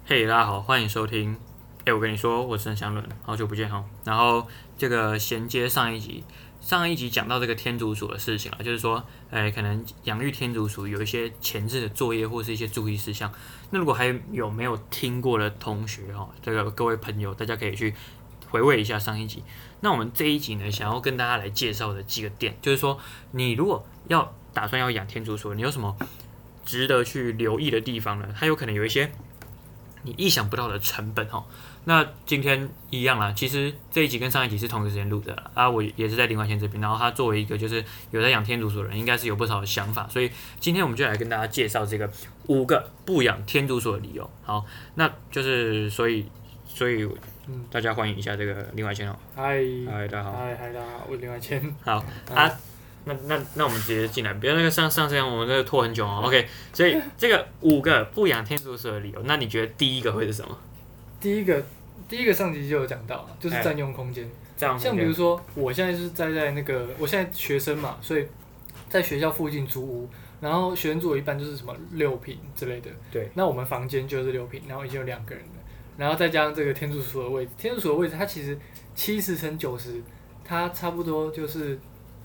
嘿，大家好，欢迎收听。我跟你说，我是陈祥伦，好久不见哈。然后这个衔接上一集讲到这个天竺鼠的事情了，就是说，可能养育天竺鼠有一些前置的作业或是一些注意事项。那如果还有没有听过的同学哦，这个各位朋友，大家可以去回味一下上一集。那我们这一集呢，想要跟大家来介绍的几个点，就是说，你如果打算要养天竺鼠，你有什么值得去留意的地方呢？它有可能有一些你意想不到的成本哈。那今天一样啦，其实这一集跟上一集是同一个时间录的啦啊，我也是在林冠谦这边，然后他作为一个就是有在养天竺鼠的人，应该是有不少的想法，所以今天我们就来跟大家介绍这个5个不养天竺鼠的理由。好，那就是所以大家欢迎一下这个林冠谦哦。 嗨， 大家好。 嗨，大家好，我是林婉谦。 好啊，那我们直接进来，不要那个上这样，我们这个拖很久哦。OK， 所以这个5个不养天竺鼠的理由，那你觉得第一个会是什么？ 第一个上集就有讲到，就是占用空间。像比如说，我现在是在那个，我现在学生嘛，所以在学校附近租屋，然后学生住的一般就是什么6坪之类的。 对。 那我们房间就是6坪，然后已经有2个人了，然后再加上这个天竺鼠的位置，天竺鼠的位置它其实70乘90，它差不多就是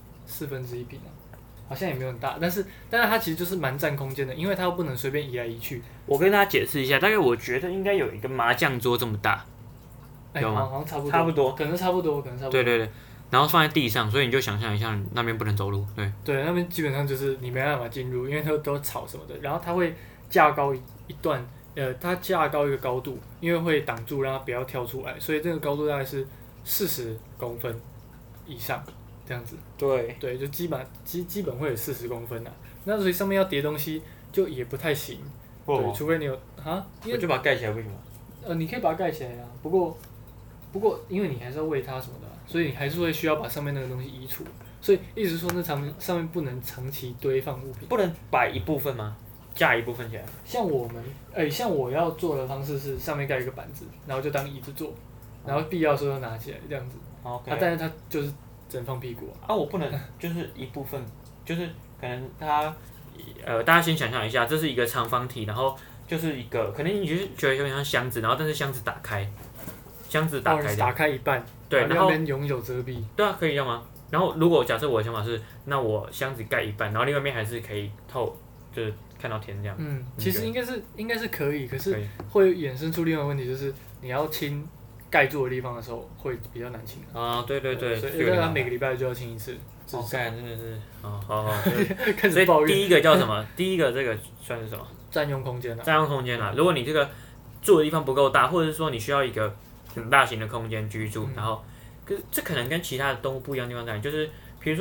1/4坪啊。好像也没有很大，但是它其实就是蛮占空间的，因为它又不能随便移来移去。 我跟大家解释一下，大概我觉得应该有一个麻将桌这么大，有吗？ 好像差不多，可能差不多。 对，然后放在地上，所以你就想象一下，那边不能走路， 对，那边基本上就是你没办法进入，因为它都草什么的，然后它会架高一段，它架高一个高度，因为会挡住让它不要跳出来，所以这个高度大概是40公分以上。这样子，对，就基本会有40公分啊。那所以上面要叠东西就也不太行，对，除非你有我就把它盖起来为什么？ 你可以把它盖起来啊，不过因为你还是要喂它什么的，所以你还是会需要把上面那个东西移除。所以意思是说，那上面不能长期堆放物品， 不能摆一部分吗？架一部分起来。 像我要做的方式是上面盖一个板子，然后就当椅子坐，然后必要时候拿起来这样子。但是它就是只能放屁股啊！我不能就是一部分，就是可能它大家先想象一下，这是一个长方体，然后就是一个可能你就是觉得有点像箱子，然后但是箱子打开打开一半， 对，然后两边永久遮蔽。 对啊，可以这样吗？然后如果假设我的想法是，那我箱子盖一半，然后另外一边还是可以透，就是看到天这样。 其实应该是可以，可是会衍生出另外一个问题，就是你要清盖住的地方的时候会比较难清啊。对， 所以他每个礼拜就要清一次。 盖真的是好。 开始抱怨。 所以第一个叫什么？第一个这个算是什么？ 占用空间啊。 占用空间啊！如果你这个住的地方不够大，或者是说你需要一个很大型的空间居住，然后这可能跟其他的动物不一样的地方在哪里？就是比如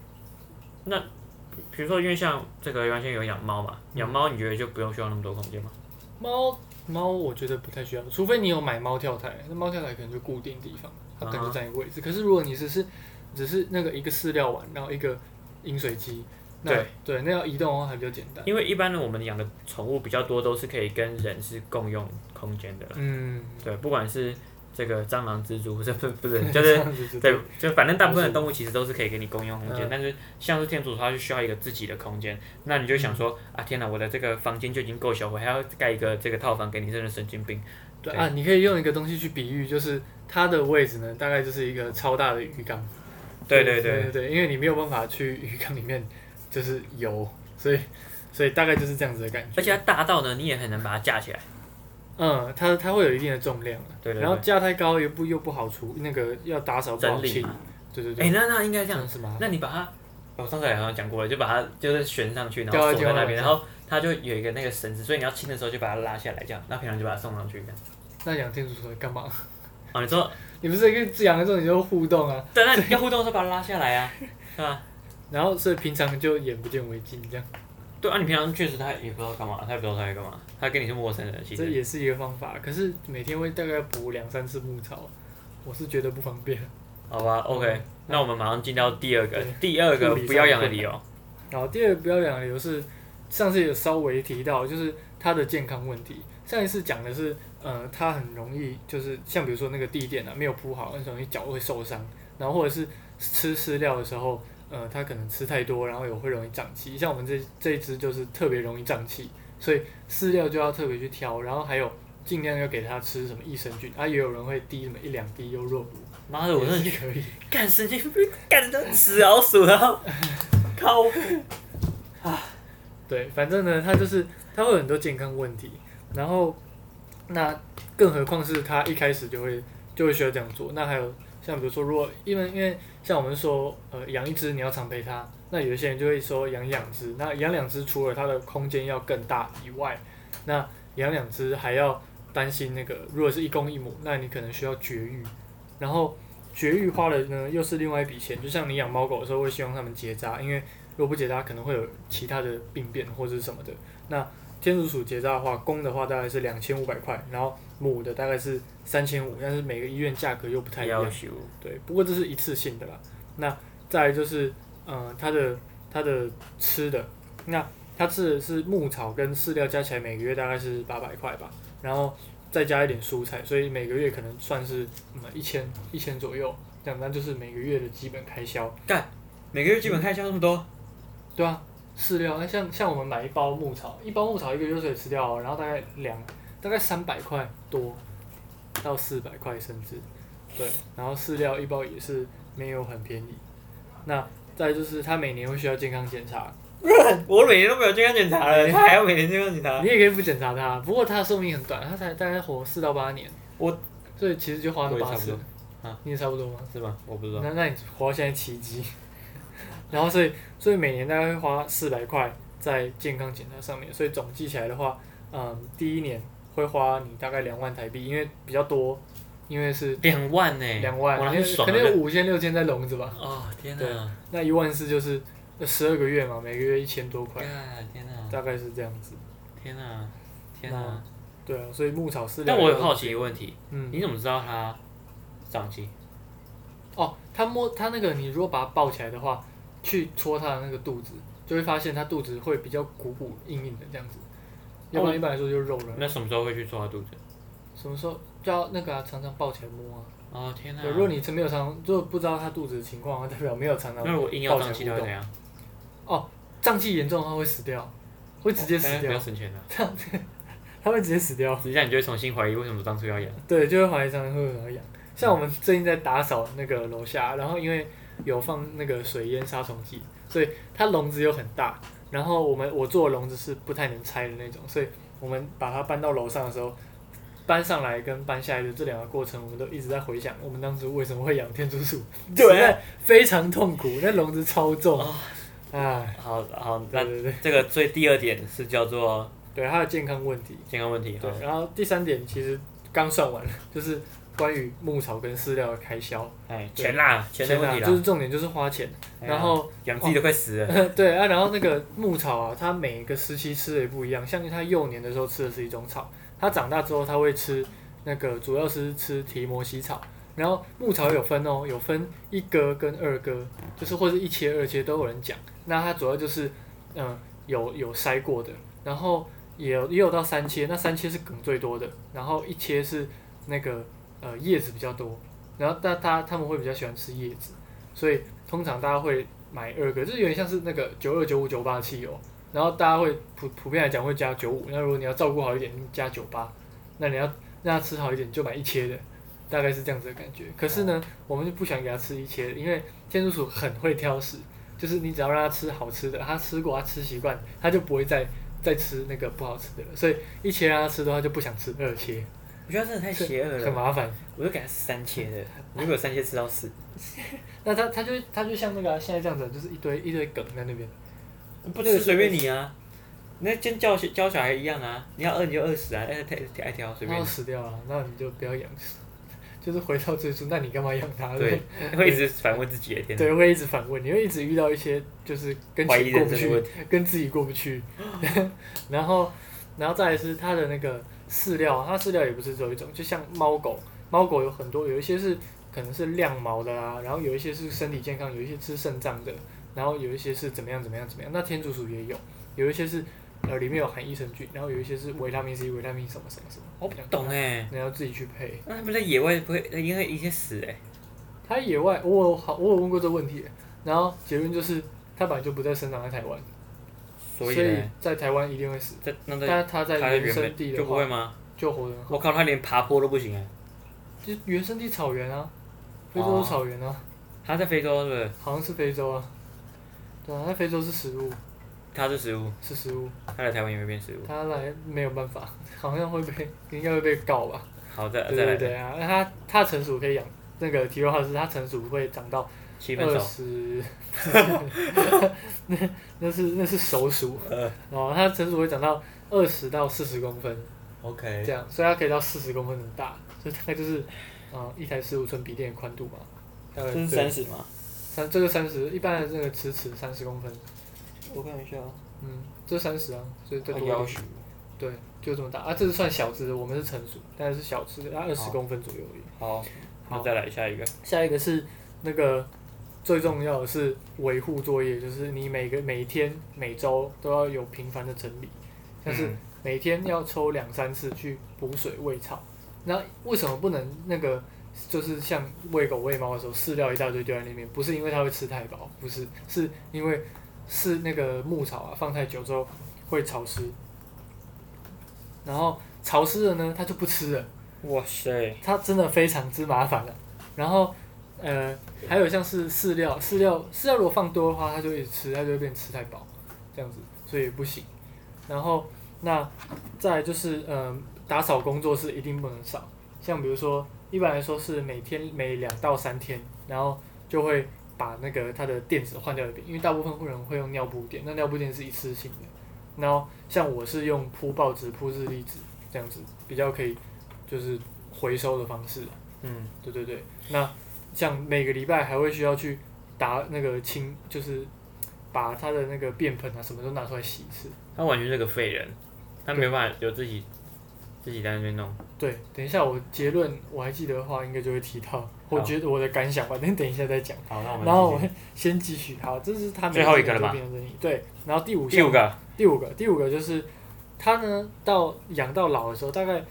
说，因为像这个原先有养猫嘛，养猫你觉得就不用需要那么多空间吗？ 猫我觉得不太需要，除非你有买猫跳台，那猫跳台可能就固定地方，它可能就占一个位置。可是如果你只是那个一个饲料碗，然后一个饮水机，对，那要移动的话还比较简单。 因为一般我们养的宠物比较多都是可以跟人是共用空间的。对，不管是这个蟑螂、蜘蛛，不是，就是对，就反正大部分的动物其实都是可以跟你共用空间，但是像是天竺鼠，它就需要一个自己的空间。那你就想说啊，天哪，我的这个房间就已经够小，我还要盖一个这个套房给你，真的神经病。 对啊，你可以用一个东西去比喻，就是它的位置呢，大概就是一个超大的鱼缸。对，因为你没有办法去鱼缸里面就是游，所以大概就是这样子的感觉。 而且它大到呢，你也很难把它架起来。 它会有一定的重量， 对， 然后架太高又不好处，那个要打扫不好清。对。 那应该这样。那你把它，我上次好像讲过了，就把它就是悬上去，然后锁在那边，然后它就有一个那个绳子，所以你要清的时候就把它拉下来，这样，那平常就把它送上去这样。 那养天竺鼠干嘛？ 你说你不是养的时候你就互动啊？ 对，那你要互动的时候把它拉下来啊，是吧？ 然后所以平常就眼不见为净这样。 对啊，你平常确实他也不知道干嘛，他也不知道他在干嘛，他跟你是陌生人，其实。 这也是一个方法，可是每天会大概补2-3次牧草，我是觉得不方便。 好吧 ，OK，那我们马上进到第二个不要养的理由。 好，第二个不要养的理由是上次有稍微提到，就是它的健康问题。上一次讲的是，它很容易就是像比如说那个地垫啊没有铺好，很容易脚会受伤，然后或者是吃饲料的时候。它可能吃太多，然后会容易胀气。像我们这一只就是特别容易胀气，所以饲料就要特别去挑。然后还有尽量要给它吃什么益生菌，也有人会滴什么1-2滴优酪乳。 妈的，我真的也是可以。 干神经病，干的死老鼠，然后靠对，反正呢，它会有很多健康问题，然后那更何况是它一开始就会需要这样做。那还有像比如说，如果因为像我们说养一只你要常陪它，那有一些人就会说养2只，那养2只除了它的空间要更大以外，那养2只还要担心那个如果是一公一母，那你可能需要绝育，然后绝育花了呢又是另外一笔钱。就像你养猫狗的时候会希望它们结扎，因为如果不结扎可能会有其他的病变或者是什么的。那天竺鼠结扎的话，公的话大概是2500块，然后母的大概是3500，但是每个医院价格又不太一样。对，不过这是一次性的啦。那再来就是它的吃的，那它吃的是牧草跟饲料加起来每个月大概是800块吧，然后再加一点蔬菜，所以每个月可能算是1000左右，这样那就是每个月的基本开销。 干，每个月基本开销那么多？ 对啊，饲料，那像我们买一包牧草一个月就可以吃掉，然后大概300块多到400块甚至，对，然后饲料一包也是没有很便宜。那再来就是它每年会需要健康检查。 我每年都没有健康检查了，他还要每年健康检查？ 你也可以不检查它，不过它的寿命很短，它才大概活4到8年。所以其实就花了80。你也差不多吗？ 是吗？我不知道。 那你活到现在奇迹。然后所以每年大概会花400块在健康检查上面，所以总计起来的话，第一年会花你大概2万台币，因为比较多，因为是 2万呢。 2万， 因为可能有5000-6000在笼子吧。 哦天哪！ 对，那14000就是12个月嘛，每个月1000多块。 天哪！ 大概是这样子。 天哪！天哪！ 对啊，所以牧草饲料。 但我有好奇一个问题， 嗯， 你怎么知道它胀气？ 哦，它那个，你如果把它抱起来的话，去戳它的那个肚子，就会发现它肚子会比较鼓硬的这样子。要不然一般来说就是肉了。 那什么时候会去戳它肚子？ 什么时候就要那个常常抱起来摸啊？ 哦天哪！ 对，如果你没有如果不知道它肚子的情况，代表没有常常。 那我硬要胀气它会怎样？ 哦，胀气严重的话会死掉，会直接死掉。 不要省钱了。 它会直接死掉。 直接你就会重新怀疑为什么当初要养。 对，就会怀疑常常会为什么要养。像我们最近在打扫那个楼下，然后因为有放那个水烟杀虫剂，所以它笼子又很大，然后我做的笼子是不太能拆的那种，所以我们把它搬到楼上的时候，搬上来跟搬下来的这2个过程，我们都一直在回想我们当初为什么会养天竺鼠，对，非常痛苦，那笼子超重，哎， 好，那对， 这个第2点是叫做对它的健康问题， 对， 然后第3点其实刚算完了，就是关于牧草跟饲料的开销， 钱的问题啦， 就是重点就是花钱，然后养自己都快死了。 对啊，然后那个牧草啊，它每个时期吃的也不一样，像它幼年的时候吃的是一种草，它长大之后它会吃那个主要是吃提摩西草，然后牧草有分1割跟2割，就是或者1切2切都有人讲，那它主要就是有筛过的，然后也有到3切，那3切是梗最多的，然后1切是那个叶子比较多，然后他们会比较喜欢吃叶子，所以通常大家会买2割，就是有点像是那个92、95、98的汽油，然后大家会普遍来讲会加95，那如果你要照顾好一点，加98，那你要让它吃好一点就买1切的，大概是这样子的感觉。可是呢，我们就不想给它吃1切的，因为天竺鼠很会挑食，就是你只要让它吃好吃的，它吃过，它吃习惯，它就不会再吃那个不好吃的了，所以1切让它吃的话就不想吃2切。 我觉得真的太邪恶了， 很麻烦。 我就给它3切的，如果有3切吃到死。 那它就像那个现在这样子，就是一堆梗在那边。 不吃随便你啊，那跟教小孩一样啊，你要饿你就饿死啊，爱挑随便。 要死掉了，那你就不要养，就是回到最初，那你干嘛养它？ 对，会一直反问自己的天。 对，会一直反问，你会一直遇到一些就是跟钱过不去，跟自己过不去，然后再来是它的那个饲料，它饲料也不是只有一种，就像猫狗有很多，有一些是可能是亮毛的啦，然后有一些是身体健康，有一些吃肾脏的，然后有一些是怎么样。那天竺鼠也有一些是里面有含益生菌，然后有一些是维他命 C、维他命什么。 我不懂哎， 你要自己去配。 那他们在野外不会因为一些死哎？ 它野外我有问过这个问题，然后结论就是它本来就不再生长在台湾。所以在台湾一定会死，但它在原生地的话就不会吗？ 就活得很好。 我靠，它连爬坡都不行哎。 就原生地草原啊，非洲草原啊。 它在非洲是不是？ 好像是非洲啊。对啊，在非洲是食物。 它是食物。 是食物。 它来台湾也会变食物。 它来没有办法，好像应该会被告吧。 好，再来。 对啊，它成熟可以养，那个题外话是它成熟会长到20，那是熟鼠。哦，它成熟会长到20到40公分。 OK。 这样，所以它可以到40公分很大，所以大概就是一台15寸笔电的宽度嘛。 这是30吗？ 这个30，一般的这个尺30公分。 我看一下。 这30啊，所以再多一点。对，就这么大啊！这是算小只的，我们是成熟，但是小只的，它20公分左右而已。 好，那再来下一个。 下一个是那个最重要的是维护作业，就是你每天每周都要有频繁的整理，像是每天要抽2-3次去补水喂草。那为什么不能那个就是像喂狗喂猫的时候饲料一大堆丢在那边？不是因为它会吃太饱，不是，是因为是那个牧草啊放太久之后会潮湿。然后潮湿了呢，它就不吃了。 哇塞！ 它真的非常之麻烦了。然后，还有像是饲料如果放多的话，它就一直吃，它就会变吃太饱，这样子，所以也不行。然后，那再来就是打扫工作是一定不能少。像比如说，一般来说是每2到3天，然后就会把那个它的垫子换掉一遍，因为大部分人会用尿布垫，那尿布垫是一次性的。然后像我是用铺报纸、铺日历纸这样子，比较可以就是回收的方式。对。那像每个礼拜还会需要去打那个就是把它的那个便盆啊什么都拿出来洗一次。 他完全是个废人，他没有办法有自己在那边弄。 对，等一下我结论我还记得的话，应该就会提到，我觉得我的感想吧，等一下再讲。 好，那我们。 然后我先继续，好，这是他最后一个了吧？ 对，然后第五个就是他呢，养到老的时候，大概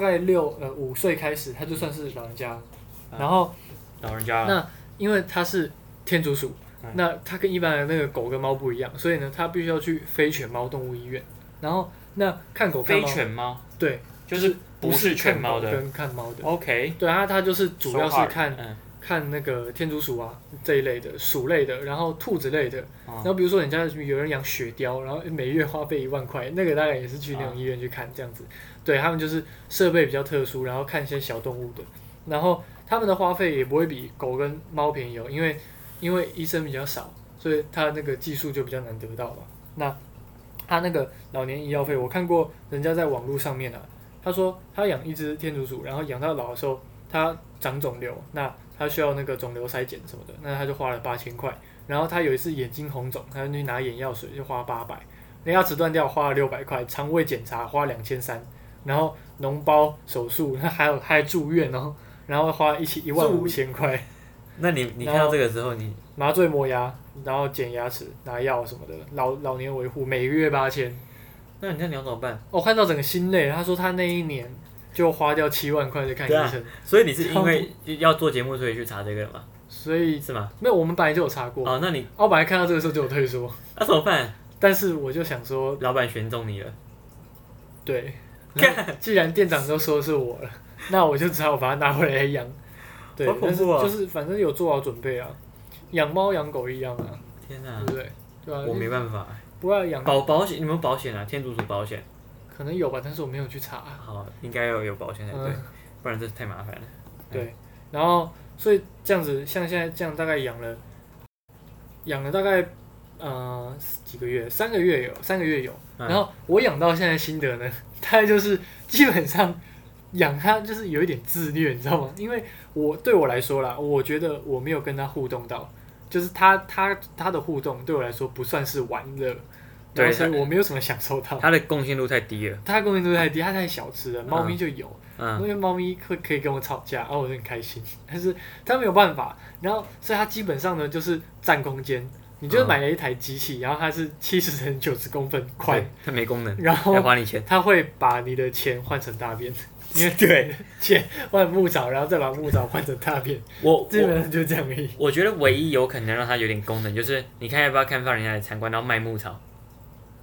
5岁开始，他就算是老人家。然后老人家。 那因为他是天竺鼠，那他跟一般的那个狗跟猫不一样，所以呢，他必须要去非犬猫动物医院。然后那看狗看猫。 非犬猫。 对， 就是不是犬猫的。 跟看猫的。 OK。 对啊，他就是主要是看那个天竺鼠啊这一类的鼠类的，然后兔子类的，然后比如说人家有人养雪貂，然后每月花费1万块，那个大概也是去那种医院去看这样子。对，他们就是设备比较特殊，然后看一些小动物的，然后他们的花费也不会比狗跟猫便宜哦，因为医生比较少，所以他那个技术就比较难得到嘛。那他那个老年医药费，我看过人家在网络上面啊，他说他养一只天竺鼠，然后养到老的时候，它长肿瘤，那他需要那个肿瘤筛检什么的，那他就花了8000块。然后他有一次眼睛红肿，他就去拿眼药水，就花800。那牙齿断掉花了600块，肠胃检查花2300，然后脓包手术，还住院哦，然后花15000块。 那你看到这个时候，你麻醉磨牙，然后剪牙齿、拿药什么的，老年维护，每个月8000。 那你这样你要怎么办？ 我看到整个心累，他说他那一年就花掉7万块在看医生。 所以你是因为要做节目所以去查这个的吗？ 所以是吗？ 没有，我们本来就有查过。 哦，那你我本来看到这个时候就有退缩。 那怎么办？ 但是我就想说， 老板选中你了。 对。既然店长都说是我了，那我就只好把它拿回来养。对，但是就是反正有做好准备啊，养猫养狗一样啊。 天哪！ 对不对？对啊。 我没办法。 不要养。 保险，你们保险啊？天竺鼠保险。 可能有吧，但是我没有去查。 好，应该要有保险才对，不然这太麻烦了。 对，然后所以这样子，像现在这样大概养了大概几个月，3个月有。然后我养到现在心得呢，大概就是基本上养它就是有一点自虐，你知道吗？因为对我来说啦，我觉得我没有跟它互动到，就是它的互动对我来说不算是玩乐。对，所以我没有什么享受到。 它的贡献度太低了。 它贡献度太低，它太小吃了。猫咪就有，因为猫咪可以跟我吵架，然后我就很开心。但是它没有办法，然后所以它基本上呢就是占空间。你就是买了一台机器，然后它是70×90公分宽， 它没功能， 然后要花你钱。 它会把你的钱换成大便，因为对钱换牧草，然后再把牧草换成大便。基本上就这样而已。 我觉得唯一有可能让它有点功能，就是你看要不要开放人家来参观，然后卖牧草。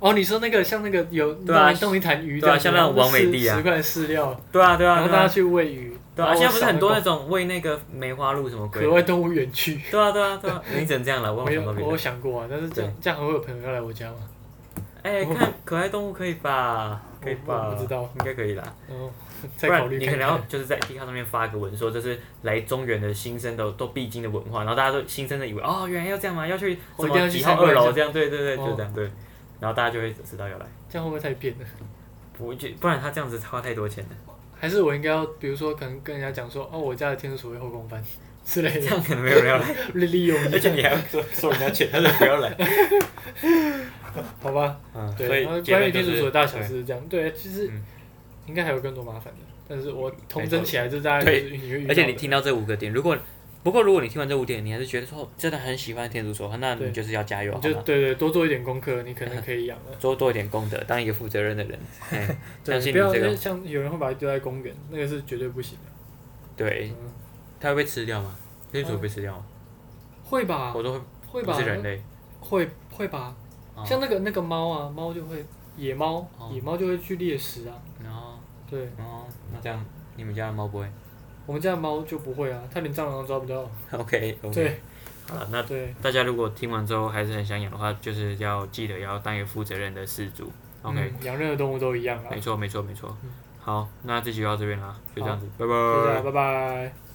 哦，你说那个像那个有对啊弄一坛鱼， 对啊，像那种王美帝啊 10块饲料， 对啊对啊， 然后大家去喂鱼， 对啊，现在不是很多那种喂那个梅花鹿什么鬼可爱动物园区。 对啊对啊对啊，你只能这样了，我有想过啊，但是这样还会有朋友要来我家吗？ 看可爱动物可以吧？可以吧？ 我不知道， 应该可以啦。 再考虑看看。 你可能要就是在 D 卡上面发个文说这是来中原的新生都必经的文化，然后大家都新生的以为哦原来要这样吗？要去什么几号2楼这样？对对对，就这样对，然后大家就会知道要来。 这样会不会太变了？ 不然他这样子花太多钱了。 还是我应该要，比如说可能跟人家讲说，哦，我家的天竺鼠会后空翻之类的， 这样可能没有人要来， 利用一下， 而且你还要收人家钱，他就不要来。 好吧，对， 所以关于天竺鼠的大小是这样，对，其实应该还有更多麻烦的，但是我统整起来就大概就是你会遇到的。 而且你听到这5个点，如果你听完这5点，你还是觉得说真的很喜欢天竺鼠，那你就是要加油， 就对，多做一点功课，你可能可以养了。 做多一点功德，当一个负责任的人。相信不要你这个。 像有人会把它丢在公园，那个是绝对不行的。 对，它会被吃掉吗？天竺鼠被吃掉吗？ 会吧。 我都会吧。 不是人类。 会吧。像那个猫啊，猫就会野猫就会去猎食啊。对。 那这样你们家的猫不会？ 我们家的猫就不会啊，它连蟑螂都抓不到。 OK。 对。 好，那大家如果听完之后还是很想养的话，就是要记得要当一个负责任的饲主。OK。 养任何动物都一样啊。 没错。好，那这集就到这边啦，就这样子，拜拜。 就这样，拜拜。